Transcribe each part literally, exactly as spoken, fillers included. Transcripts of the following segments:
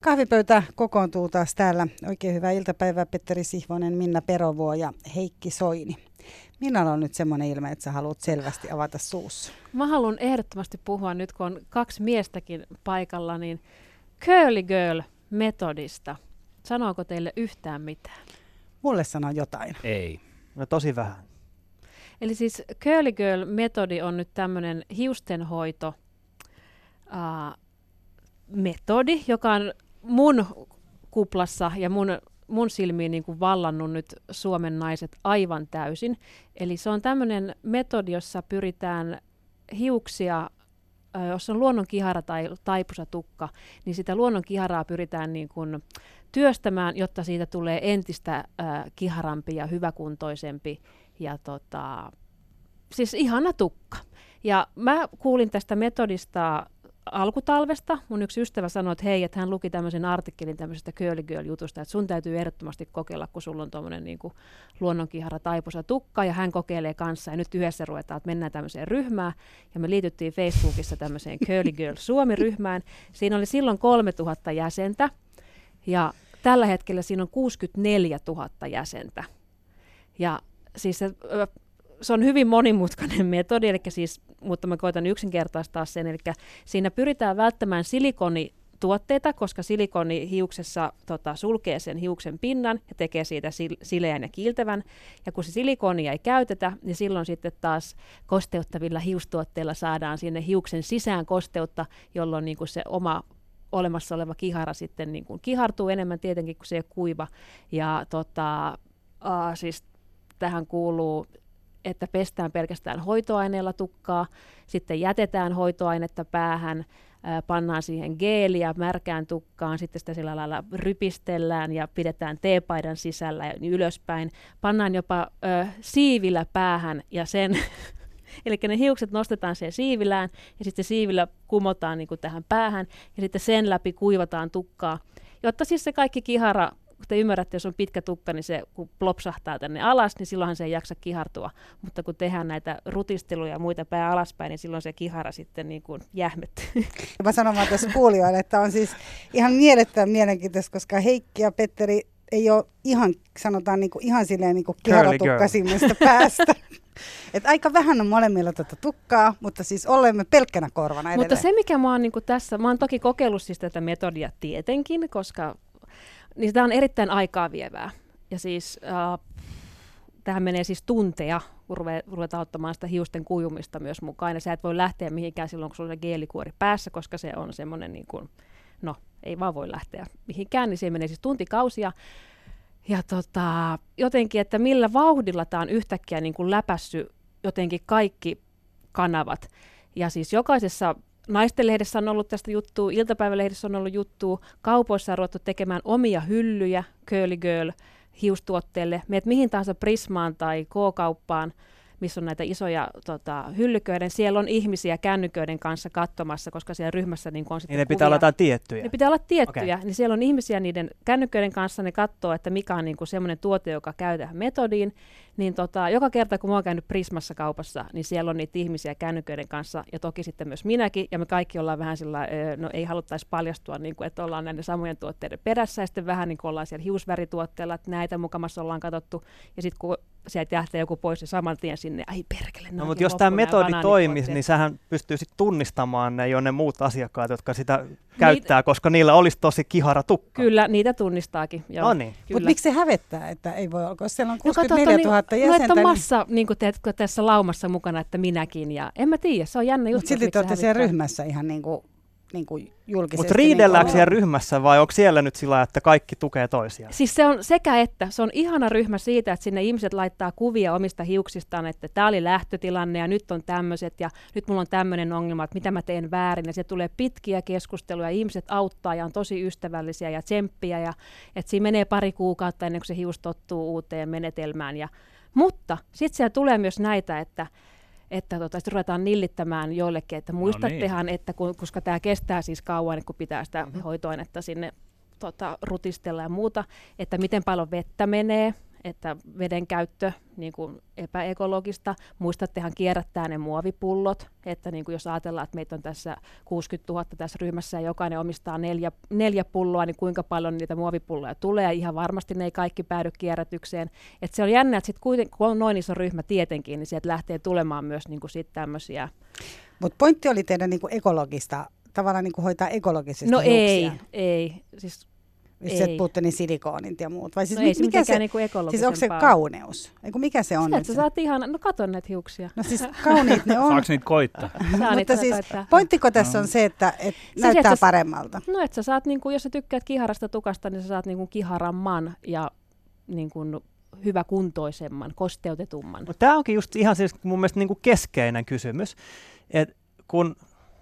Kahvipöytä kokoontuu taas täällä. Oikein hyvää iltapäivää Petteri Sihvonen, Minna Perovuo ja Heikki Soini. Minnalla on nyt semmoinen ilme, että sä haluat selvästi avata suussa. Mä haluan ehdottomasti puhua nyt, kun on kaksi miestäkin paikalla, niin Curly Girl-metodista. Sanooko teille yhtään mitään? Mulle sanoo jotain. Ei. No tosi vähän. Eli siis Curly Girl-metodi on nyt tämmöinen hiustenhoito uh, metodi, joka on mun kuplassa ja mun, mun silmiin niin kuin vallannut nyt Suomen naiset aivan täysin. Eli se on tämmöinen metodi, jossa pyritään hiuksia, äh, jos on luonnon kihara tai taipusa tukka, niin sitä luonnon kiharaa pyritään niin kuin työstämään, jotta siitä tulee entistä äh, kiharampi ja hyväkuntoisempi ja tota, siis ihana tukka. Ja mä kuulin tästä metodista alkutalvesta. Mun yksi ystävä sanoi, että hei, että hän luki tämmöisen artikkelin tämmöisestä Curly Girl-jutusta, että sun täytyy ehdottomasti kokeilla, kun sulla on tuommoinen niin kuin luonnonkihara taipusa tukka, ja hän kokeilee kanssa, ja nyt yhdessä ruvetaan, että mennään tämmöiseen ryhmään, ja me liityttiin Facebookissa tämmöiseen Curly Girl Suomi-ryhmään. Siinä oli silloin kolmetuhatta jäsentä, ja tällä hetkellä siinä on kuusikymmentäneljätuhatta jäsentä. Ja siis se, se on hyvin monimutkainen metodi, eli siis, mutta mä koitan yksinkertaistaa sen, eli siinä pyritään välttämään silikonituotteita, koska silikoni hiuksessa tota, sulkee sen hiuksen pinnan ja tekee siitä sileän ja kiiltävän, ja kun se silikonia ei käytetä, niin silloin sitten taas kosteuttavilla hiustuotteilla saadaan sinne hiuksen sisään kosteutta, jolloin niin kuin se oma olemassa oleva kihara sitten niin kuin kihartuu enemmän tietenkin, kun se ei ole kuiva, ja tota, äh, siis tähän kuuluu, että pestään pelkästään hoitoaineella tukkaa, sitten jätetään hoitoainetta päähän, ää, pannaan siihen geeliä märkään tukkaan, sitten sitä sillä lailla rypistellään ja pidetään teepaidan sisällä ja ylöspäin, pannaan jopa ö, siivillä päähän ja sen, eli ne hiukset nostetaan siihen siivilään ja sitten siivillä kumotaan niin kuin tähän päähän ja sitten sen läpi kuivataan tukkaa, jotta siis se kaikki kihara, kun te ymmärrätte, jos on pitkä tukka, niin se kun plopsahtaa tänne alas, niin silloinhan se ei jaksa kihartua. Mutta kun tehdään näitä rutisteluja ja muita pää alaspäin, niin silloin se kihara sitten niin kuin jähmettyy. Mä sanon vaan tässä kuulijoille, että on siis ihan mielettömän mielenkiintoista, koska Heikki ja Petteri ei ole ihan, sanotaan niin kuin, ihan silleen niin kuin kiharatukkaisimmasta päästä. Et aika vähän on molemmilla tuota tukkaa, mutta siis olemme pelkkänä korvana edelleen. Mutta se, mikä mä oon niin kuin tässä, mä oon toki kokeillut siis tätä metodia tietenkin, koska niin tämä on erittäin aikaa vievää. Ja siis äh, tähän menee siis tunteja, kun ruvetaan ottamaan sitä hiusten kuivumista myös mukaan. Ja sä et voi lähteä mihinkään silloin, kun sulla on se geelikuori päässä, koska se on semmoinen, niin kuin, no ei vaan voi lähteä mihinkään, niin se menee siis tuntikausia. Ja tota, jotenkin, että millä vauhdilla tämä on yhtäkkiä niin kuin läpässyt jotenkin kaikki kanavat. Ja siis jokaisessa Naistenlehdessä on ollut tästä juttua, iltapäivälehdessä on ollut juttua, kaupoissa on ruvettu tekemään omia hyllyjä Curly Girl hiustuotteelle. Meet mihin tahansa Prismaan tai K-kauppaan, missä on näitä isoja tota, hyllyköiden. Siellä on ihmisiä kännyköiden kanssa katsomassa, koska siellä ryhmässä niin on sitten niin ne kuvia. Pitää olla jotain tiettyjä? Ne pitää olla tiettyjä. Okay. Niin siellä on ihmisiä niiden kännyköiden kanssa, ne katsoo, että mikä on niin kuin semmoinen tuote, joka käy tähän metodiin. Niin tota, joka kerta, kun mä oon käynyt Prismassa kaupassa, niin siellä on niitä ihmisiä kännyköiden kanssa, ja toki sitten myös minäkin, ja me kaikki ollaan vähän sillä, no ei haluttaisi paljastua, niin kuin, että ollaan näiden samojen tuotteiden perässä, ja sitten vähän niin kuin ollaan siellä hiusvärituotteella, että näitä mukamassa ollaan katsottu, ja sitten kun sieltä jähtää joku pois, ja saman tien sinne, ai perkele, no, mutta jos tämä metodi toimisi, niin sähän pystyy sitten tunnistamaan ne jo ne muut asiakkaat, jotka sitä käyttää, niitä, koska niillä olisi tosi kihara tukka. Kyllä, niitä tunnistaakin. No niin. Mutta miksi se hävettää, että ei voi olla, koska siellä on kuusikymmentäneljätuhatta jäsentä. No, että on massa, niin kuin teetkö tässä laumassa mukana, että minäkin, ja en mä tiedä, se on jännä juttu. Mutta silti te olette siellä ryhmässä ihan niin kuin, niin kuin julkisesti. Mutta riidelläänkö niin siellä ryhmässä vai onko siellä nyt sillä, että kaikki tukee toisiaan? Siis se on sekä että, se on ihana ryhmä siitä, että sinne ihmiset laittaa kuvia omista hiuksistaan, että tämä oli lähtötilanne ja nyt on tämmöiset ja nyt mulla on tämmöinen ongelma, että mitä mä teen väärin. Ja se tulee pitkiä keskusteluja, ihmiset auttaa ja on tosi ystävällisiä ja tsemppiä ja että siinä menee pari kuukautta ennen kuin se hius tottuu uuteen menetelmään. Ja, mutta sitten siellä tulee myös näitä, että että tota, sitten ruvetaan nillittämään joillekin, että muistattehan, no niin. että kun, koska tämä kestää siis kauan, kun pitää sitä mm-hmm. hoitoainetta sinne tota, rutistella ja muuta, että miten paljon vettä menee, että veden käyttö niin kuin epäekologista. Muistattehan kierrättää ne muovipullot, että niin kuin jos ajatellaan, että meitä on tässä kuusikymmentätuhatta tässä ryhmässä ja jokainen omistaa neljä, neljä pulloa, niin kuinka paljon niitä muovipulloja tulee. Ihan varmasti ne ei kaikki päädy kierrätykseen. Että se on jännä, että sit kuiten, kun on noin iso ryhmä tietenkin, niin sieltä lähtee tulemaan myös niin kuin sit tämmöisiä. Mutta pointti oli tehdä niin kuin ekologista, tavallaan niin kuin hoitaa ekologisesti No hiuksia. ei, ei. Siis Jos et puhutte, niin silikoonit ja muut. Vai siis no ei mikä se, se, niinku siis onko se kauneus? Eiku mikä se on? Se, että sä saat ihan, no katon näitä hiuksia. No siis kauniit ne on. Saako niitä koittaa? Saa Mutta siis pointtiko tässä on se, että et siis näyttää et sä, paremmalta? No että sä saat, niinku, jos sä tykkäät kiharasta tukasta, niin sä saat niinku kiharamman ja niinku, hyväkuntoisemman, kosteutetumman. Tämä onkin just ihan siis mun mielestä niinku keskeinen kysymys, että kun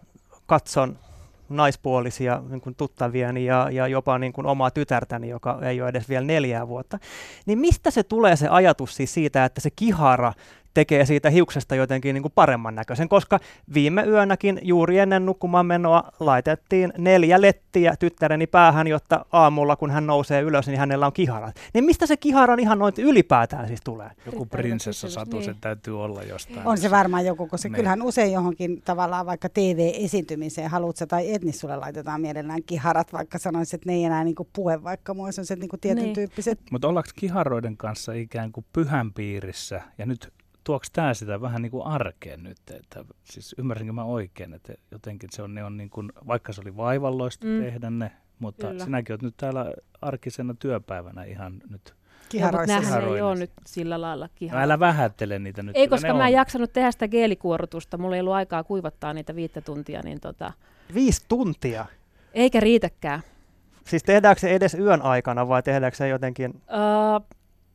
katson naispuolisia niin kuin tuttaviani ja, ja jopa niin kuin omaa tytärtäni, joka ei ole edes vielä neljää vuotta, niin mistä se tulee se ajatus siis siitä, että se kihara tekee siitä hiuksesta jotenkin niin kuin paremman näköisen, koska viime yönäkin juuri ennen nukkumaan menoa laitettiin neljä lettiä tyttäreni päähän, jotta aamulla kun hän nousee ylös, niin hänellä on kiharat. Niin mistä se kiharan ihan noin ylipäätään siis tulee? Joku prinsessasatu niin. Se täytyy olla jostain. On se varmaan joku, koska niin. Kyllähän usein johonkin tavallaan vaikka T V-esiintymiseen haluatko tai et, niin sulle laitetaan mielellään kiharat, vaikka sanoisit, että ne ei enää niinku puhe, vaikka mua on se niinku tietyn niin. tyyppiset. Mutta ollaanko kiharoiden kanssa ikään kuin pyhän piirissä ja nyt tuoks tämä sitä vähän niin kuin arkeen nyt, että siis ymmärsinkö mä oikein, että jotenkin se on, ne on niin kuin, vaikka se oli vaivalloista mm. tehdä ne, mutta Kyllä. sinäkin oot nyt täällä arkisena työpäivänä ihan nyt kiharoissa. Nämähän ei ole nyt sillä lailla kiharoissa. No älä vähättele niitä nyt. Ei, koska mä en jaksanut tehdä sitä geelikuorutusta, mulla ei ollut aikaa kuivattaa niitä viittä tuntia. Niin tota... Viisi tuntia? Eikä riitäkään. Siis tehdäänkö se edes yön aikana vai tehdäänkö se jotenkin? Uh,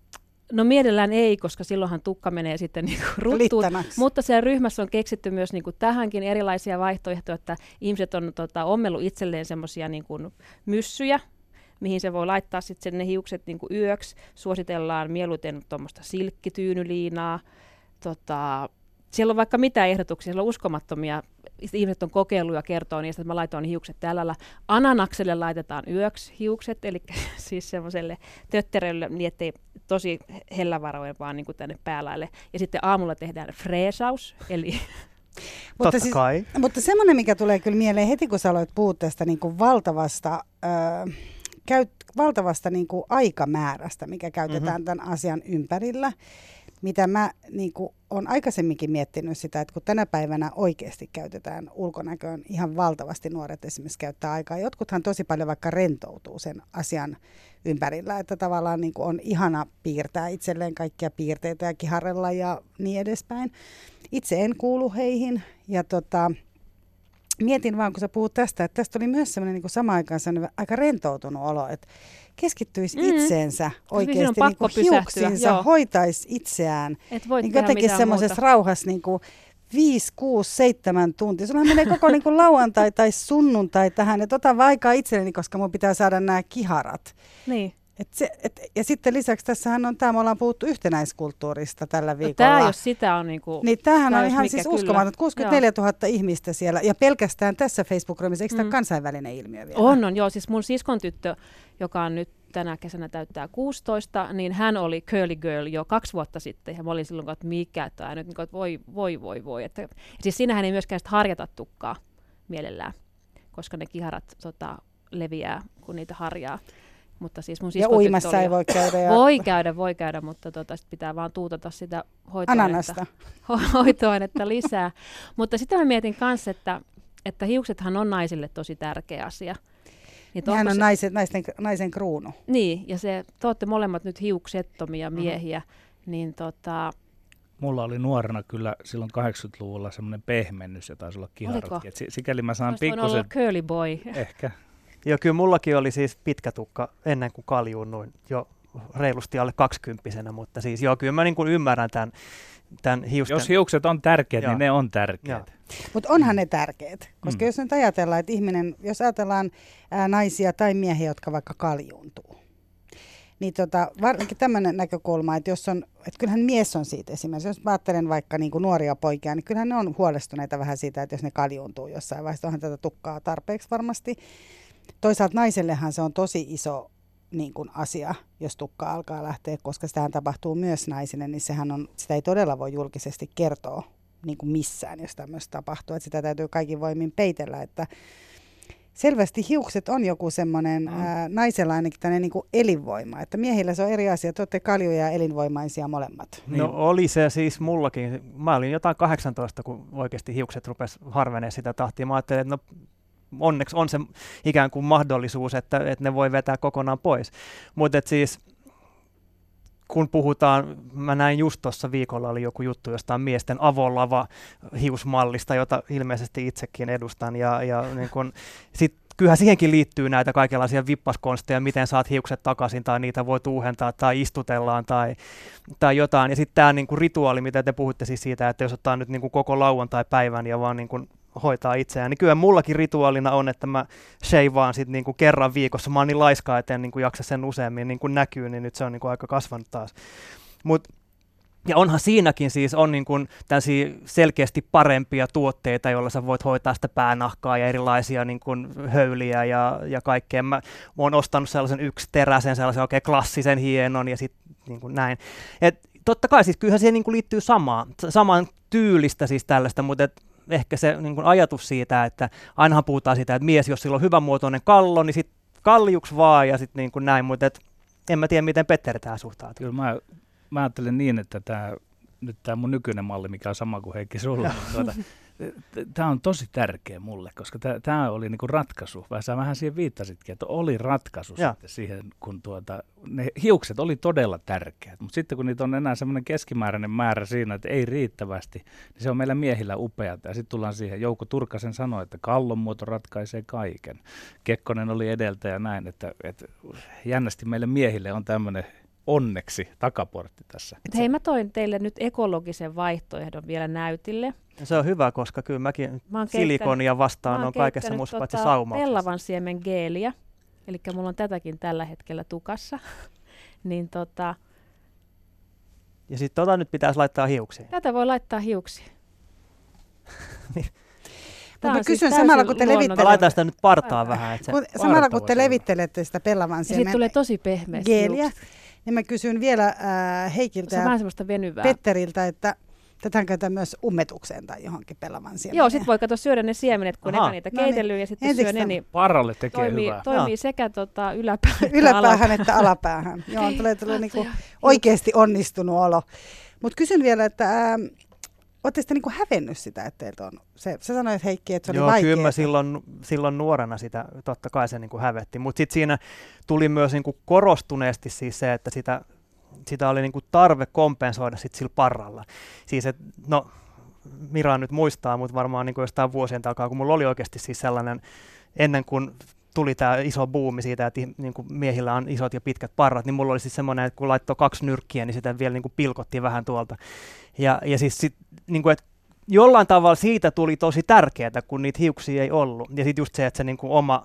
No mielellään ei, koska silloinhan tukka menee sitten niinku ruttuun, mutta siellä ryhmässä on keksitty myös niinku tähänkin erilaisia vaihtoehtoja, että ihmiset on tota, ommellut itselleen semmoisia niinku myssyjä, mihin se voi laittaa sitten ne hiukset niinku yöksi. Suositellaan mieluiten tuommoista silkkityynyliinaa. Tota, siellä on vaikka mitä ehdotuksia, siellä on uskomattomia. Ihmiset on kokeillut ja kertoo niistä, että mä laitoin hiukset tällä lailla. Ananakselle laitetaan yöksi hiukset, eli siis semmoiselle tötterölle, niin ettei tosi hellävarojen vaan niin kuin tänne päälaille. Ja sitten aamulla tehdään freesaus, eli... Mutta, siis, mutta semmoinen, mikä tulee kyllä mieleen heti, kun sä aloit puhua tästä niin kuin valtavasta, äh, käyt, valtavasta niin kuin aikamäärästä, mikä käytetään mm-hmm. tämän asian ympärillä, mitä mä niin kuin, olen aikaisemminkin miettinyt sitä, että kun tänä päivänä oikeasti käytetään ulkonäköön ihan valtavasti, nuoret esimerkiksi käyttää aikaa. Jotkuthan tosi paljon vaikka rentoutuu sen asian ympärillä, että tavallaan niin kuin on ihana piirtää itselleen kaikkia piirteitä ja kiharella ja niin edespäin. Itse en kuulu heihin ja tota, mietin vaan, kun sä puhut tästä, että tästä oli myös semmoinen niin kuin samaan aikaan semmoinen aika rentoutunut olo, että keskittyisi mm. itseensä oikeasti niin kuin hiuksinsa, joo. hoitaisi itseään niin jotenkin semmoisessa rauhassa niin kuin viisi, kuusi, seitsemän tuntia. Sullahan menee koko niin kuin lauantai tai sunnuntai tähän, että otan aikaa itselleni, koska mun pitää saada nämä kiharat. Niin. Et se, et, ja sitten lisäksi tässähän on tämä, me ollaan puhuttu yhtenäiskulttuurista tällä viikolla. No, tämä jos sitä on niin kuin... Niin tämähän on ihan siis uskomaton, kuusikymmentäneljätuhatta ihmistä siellä ja pelkästään tässä Facebook-ryhmässä, eikö mm. tämä kansainvälinen ilmiö vielä? On, on, joo. Siis mun siskon tyttö, joka on nyt tänä kesänä täyttää kuusitoista, niin hän oli curly girl jo kaksi vuotta sitten ja mä olin silloin, että mikä tämä nyt, että voi, voi, voi, voi. Että, siis siinähän ei myöskään sitä harjata tukkaa mielellään, koska ne kiharat tota, leviää, kun niitä harjaa. Mutta siis mun ja uimassa oli, ei voi käydä. Ja... Voi käydä, voi käydä, mutta tota, sit pitää vaan tuutata sitä hoitoainetta, hoitoainetta lisää. Mutta sitä mä mietin kanssa, että, että hiuksethan on naisille tosi tärkeä asia. Niin Nehän on se... naisen, naisten, naisen kruunu. Niin, ja se, te olette molemmat nyt hiuksettomia miehiä, mm-hmm. niin tota... Mulla oli nuorena kyllä silloin kahdeksankymmentäluvulla semmoinen pehmennys, ja taisi olla kiharotkin. Sikäli mä saan pikkusen... olla curly boy. Ehkä. Joo, kyllä mullakin oli siis pitkä tukka ennen kuin kaljuunnuin jo reilusti alle kaksikymppisenä, mutta siis joo, kyllä mä niin kuin ymmärrän tämän, tämän hiusten... Jos hiukset on tärkeät, joo. niin ne on tärkeät. Mutta onhan ne tärkeät, koska mm. jos nyt ajatellaan, että ihminen, jos ajatellaan ää, naisia tai miehiä, jotka vaikka kaljuuntuu, niin tota, varsinkin tämmöinen näkökulma, että jos on, että kyllähän mies on siitä esimerkiksi, jos mä ajattelen vaikka niin kuin nuoria poikia, niin kyllähän ne on huolestuneita vähän siitä, että jos ne kaljuuntuu jossain vaiheessa, onhan tätä tukkaa tarpeeksi varmasti. Toisaalta naisellehan se on tosi iso niin kuin asia, jos tukka alkaa lähteä, koska sitähän tapahtuu myös naisille, niin sehän on, sitä ei todella voi julkisesti kertoa niin kuin missään, jos tämmöistä tapahtuu. Että sitä täytyy kaikin voimin peitellä, että selvästi hiukset on joku semmoinen mm. ää, naisella ainakin tämmöinen niin kuin elinvoima, että miehillä se on eri asia, te olette kaljuja ja elinvoimaisia molemmat. No niin. Oli se siis mullakin. Mä olin jotain kahdeksantoista, kun oikeasti hiukset rupesi harvenemaan sitä tahtia. Mä ajattelin, että no onneksi on se ikään kuin mahdollisuus, että, että ne voi vetää kokonaan pois. Mutta siis kun puhutaan, mä näin just tuossa viikolla oli joku juttu jostain miesten avolava hiusmallista, jota ilmeisesti itsekin edustan. Ja, ja niin kun, sit, kyllähän siihenkin liittyy näitä kaikenlaisia vippaskonsteja, miten saat hiukset takaisin tai niitä voi tuuhentaa tai istutellaan tai, tai jotain. Ja sitten tämä niin kun rituaali, mitä te puhutte siis siitä, että jos ottaa nyt niin kun koko lauantai-päivän ja vaan niin kun hoitaa itseään, niin kyllä mullakin rituaalina on, että mä shavaan sit niinku kerran viikossa. Mä oon niin laiskaa, että en niinku jaksa sen useammin niin kuin näkyy, niin nyt se on niinku aika kasvanut taas. Mut, ja onhan siinäkin siis on niinku tällaisia selkeästi parempia tuotteita, joilla sä voit hoitaa sitä päänahkaa ja erilaisia niinku höyliä ja, ja kaikkea. Mä, mä oon ostanut sellaisen yksiteräisen, sellaisen oikein klassisen hienon ja sitten niinku näin. Et totta kai siis kyllähän siihen niinku liittyy samaan, saman tyylistä siis tällaista, mutta et ehkä se niin kuin ajatus siitä, että ainahan puhutaan siitä, että mies, jos sillä on hyvänmuotoinen kallo, niin sitten kaljuksi vaan ja sitten niin kuin näin, mutta et, en mä tiedä, miten Petteri tähän suhtautuu. Kyllä mä, mä ajattelen niin, että tämä, nyt tämä mun nykyinen malli, mikä on sama kuin Heikki sulla, tuota, tämä on tosi tärkeä mulle, koska tämä oli niinku ratkaisu. Sä vähän siihen viittasitkin, että oli ratkaisu sitten siihen, kun tuota, ne hiukset oli todella tärkeät. Mutta sitten kun niitä on enää semmoinen keskimääräinen määrä siinä, että ei riittävästi, niin se on meillä miehillä upeata. Ja sitten tullaan siihen, Jouko Turkkasen sanoi, että kallon muoto ratkaisee kaiken. Kekkonen oli edeltä ja näin, että, että jännästi meille miehille on tämmöinen onneksi takaportti tässä. Et hei, mä toin teille nyt ekologisen vaihtoehdon vielä näytille. Se on hyvä, koska kyllä mäkin mä silikonia vastaan on kaikessa muussa tota paitsi saumauksessa. Pellavan siemen geeliä, eli mulla on tätäkin tällä hetkellä tukassa. niin tota, ja sitten tota nyt pitäisi laittaa hiuksiin. Tätä voi laittaa hiuksiin. Mutta mä kysyn siis samalla, kun te levittelette. Laitan sitä nyt partaa vähän. Että se samalla, kun te levittelette sitä pellavan siemen siitä tulee tosi pehmeä geeliä, niin mä kysyn vielä äh, Heikiltä ja Petteriltä, että tätä käytetään myös ummetukseen tai johonkin pellavan siemeneen. Joo, sit voi katsoa syödä ne siemenet, kun Aha. ne niitä no keitellyt niin. ja sitten syö ne, niin Paralle tekee toimii, hyvää. toimii sekä tota yläpäähän, yläpäähän että alapäähän. Joo, tulee, tulee niinku oikeasti onnistunut olo. Mutta kysyn vielä, että äh, ootte sitten niinku hävennyt sitä, että teiltä on se, sä sanoit Heikki, että se oli Joo, vaikeaa. Joo, kyllä mä silloin, silloin nuorena sitä totta kai se niinku hävetti, mutta sitten siinä tuli myös niinku korostuneesti siis se, että sitä sitä oli niinku tarve kompensoida sit sillä parralla. Siis et, no, Mira nyt muistaa, mutta varmaan niinku jostain vuosien takaa, kun mulla oli oikeasti siis sellainen, ennen kuin tuli tämä iso buumi siitä, että niinku miehillä on isot ja pitkät parrat, niin mulla oli siis semmoinen, että kun laittoi kaksi nyrkkiä, niin sitä vielä niinku pilkottiin vähän tuolta. Ja, ja siis sit, niinku, että jollain tavalla siitä tuli tosi tärkeää, kun niitä hiuksia ei ollut. Ja sitten just se, että se niinku oma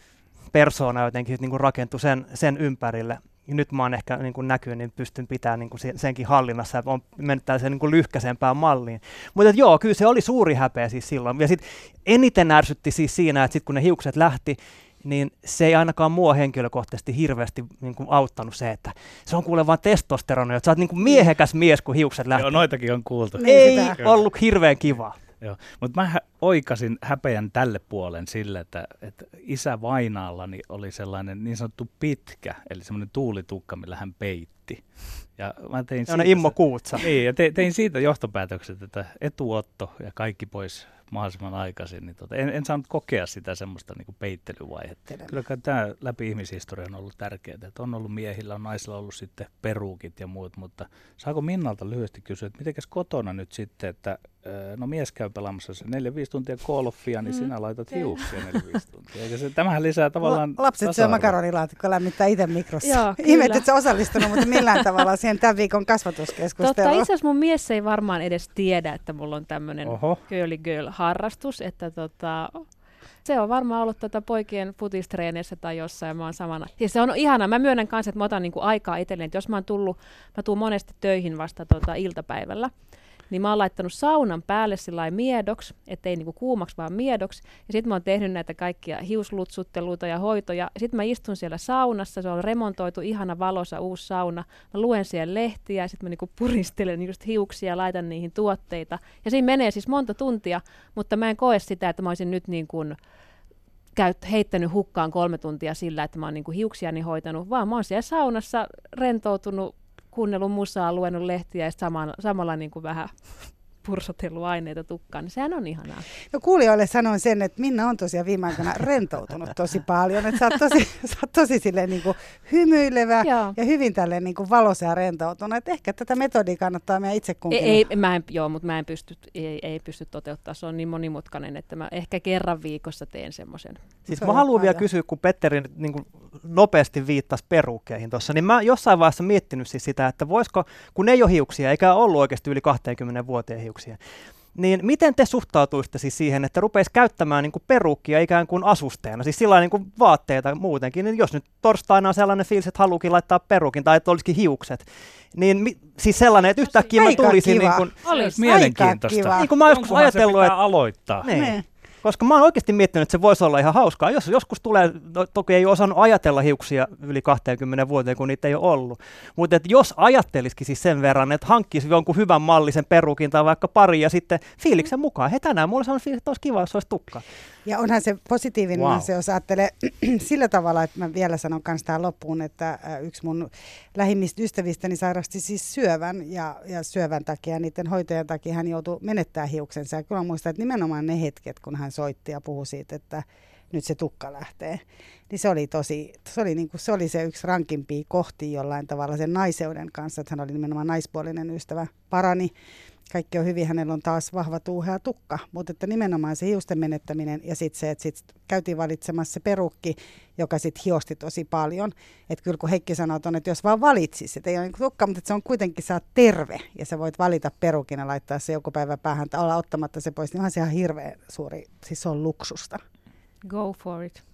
persoona jotenkin niinku rakentui sen, sen ympärille. Ja nyt mä oon ehkä niin kuin näkyy, niin pystyn pitämään niin kuin senkin hallinnassa ja on mennyt tällaiseen niin kuin lyhkäisempään malliin. Mutta joo, kyllä se oli suuri häpeä siis silloin. Ja sitten eniten ärsytti siis siinä, että sit kun ne hiukset lähti, niin se ei ainakaan mua henkilökohtaisesti hirveästi niin kuin auttanut se, että se on kuule vaan testosteronia, että sä oot niin kuin miehekäs mies, kun hiukset lähti. Joo, noitakin on kuultu. Ei ollut hirveän kiva. Joo, mutta mä oikasin häpeän tälle puolen sille, että, että isä Vainaallani oli sellainen niin sanottu pitkä, eli semmoinen tuulitukka, millä hän peitti. Ja mä tein siitä, Immo Kuutsa. Niin, ja te, tein siitä johtopäätökset, että etuotto ja kaikki pois mahdollisimman aikaisin. Niin tota, en, en saanut kokea sitä semmoista niin kuin peittelyvaihetta. Kyllä tämä läpi ihmishistoria on ollut tärkeää, että on ollut miehillä, on naisilla ollut sitten peruukit ja muut, mutta saako Minnalta lyhyesti kysyä, että mitenkäs kotona nyt sitten, että no mies käy pelaamassa se neljä viisi tuntia golfia, niin mm. sinä laitat hiuksia neljä viisi tuntia. Eikä se, tämähän lisää tavallaan La- Lapset syö makaronilaatikkoa, lämmittää itse mikrossa. Ihmeet, että sä osallistunut, mutta millään tavalla siihen tämän viikon kasvatuskeskusteluun. Totta, itse asiassa mun mies ei varmaan edes tiedä, että mulla on tämmöinen girly girl harrastus, että tota, se on varmaan ollut tätä poikien futistreeneissä tai jossain, ja mä oon samana. Ja se on ihanaa. Mä myönnän kanssa, että mä otan niinku aikaa itselleen, että jos mä oon tullut, mä tuun monesti töihin vasta tota iltapäivällä, niin mä oon laittanut saunan päälle sillä miedoksi, ettei niinku kuumaksi vaan miedoksi. Ja sitten mä oon tehnyt näitä kaikkia hiuslutsutteluita ja hoitoja. Sitten mä istun siellä saunassa, se on remontoitu, ihana valoisa uusi sauna. Mä luen siellä lehtiä ja sitten mä niinku puristelen just hiuksia ja laitan niihin tuotteita. Ja siinä menee siis monta tuntia, mutta mä en koe sitä, että mä olisin nyt niin kuin käyt, heittänyt hukkaan kolme tuntia sillä, että mä oon niin kuin hiuksiani hoitanut, vaan mä oon siellä saunassa rentoutunut, kuunnellut musaa, luenut lehtiä ja samalla, samalla niin kuin vähän pursotellut aineita tukkaan, niin sehän on ihanaa. No kuulijoille sanoin sen, että Minna on tosiaan viime aikoina rentoutunut tosi paljon, että sä oot tosi, sä oot tosi silleen niin kuin hymyilevä joo. ja hyvin tälleen niin kuin valoisa ja rentoutunut, että ehkä tätä metodia kannattaa meidän itse kunkin. Ei, ei, mä en, joo, mutta mä en pysty, ei, ei pysty toteuttaa, se on niin monimutkainen, että mä ehkä kerran viikossa teen semmoisen. Siis mä haluan vielä kysyä, kun Petteri niin kuin nopeasti viittasi perukkeihin tuossa, niin mä jossain vaiheessa miettinyt siis sitä, että voisiko, kun ei ole hiuksia, eikä ollut oikeasti yli kaksikymmentä vuoteen hiuksia, niin miten te suhtautuisitte siis siihen, että rupeisi käyttämään niin kuin perukkia ikään kuin asusteena, siis sillä niin kuin vaatteita muutenkin, niin jos nyt torstaina on sellainen fiilis, että haluukin laittaa perukin tai että olisikin hiukset, niin mi- siis sellainen, että yhtäkkiä mä tulisin niin kuin... Olisi mielenkiintoista. Niin kuin mä joskus ajatellut, että... aloittaa. Niin. Koska mä oon oikeasti miettinyt, että se voisi olla ihan hauskaa. Jos joskus tulee, no, toki ei ole osannut ajatella hiuksia yli kaksikymmentä vuoteen, kun niitä ei ole ollut. Mutta jos ajattelisikin siis sen verran, että hankkisi jonkun hyvän mallisen perukin tai vaikka pari ja sitten fiiliksen mukaan. He tänään mulla on fiilis, että olisi kiva, jos olisi tukka. Ja onhan se positiivinen wow. se, jos ajattelee sillä tavalla, että mä vielä sanon kanssa tähän loppuun, että yksi mun lähimmistä ystävistäni sairasti siis syövän ja, ja syövän takia ja niiden hoitojen takia hän joutui menettämään hiuksensa. Ja kyllä muistan, että nimenomaan ne hetket, kun hän soitti ja puhui siitä, että nyt se tukka lähtee, niin se oli tosi, se oli, niin kuin, se, oli se yksi rankimpia kohti jollain tavalla sen naiseuden kanssa, että hän oli nimenomaan naispuolinen ystävä, parani. Kaikki on hyvin, hänellä on taas vahva tuuhea tukka, mutta että nimenomaan se hiusten menettäminen ja sitten se, että sit käytiin valitsemassa se perukki, joka sitten hiosti tosi paljon. Että kyllä kun Heikki sanoo ton, että jos vaan valitsis, että ei ole niin tukka, mutta että se on kuitenkin, sä oot terve ja sä voit valita perukin ja laittaa se joku päivä päähän tai olla ottamatta se pois, niin onhan se ihan hirveän suuri, siis se on luksusta. Go for it.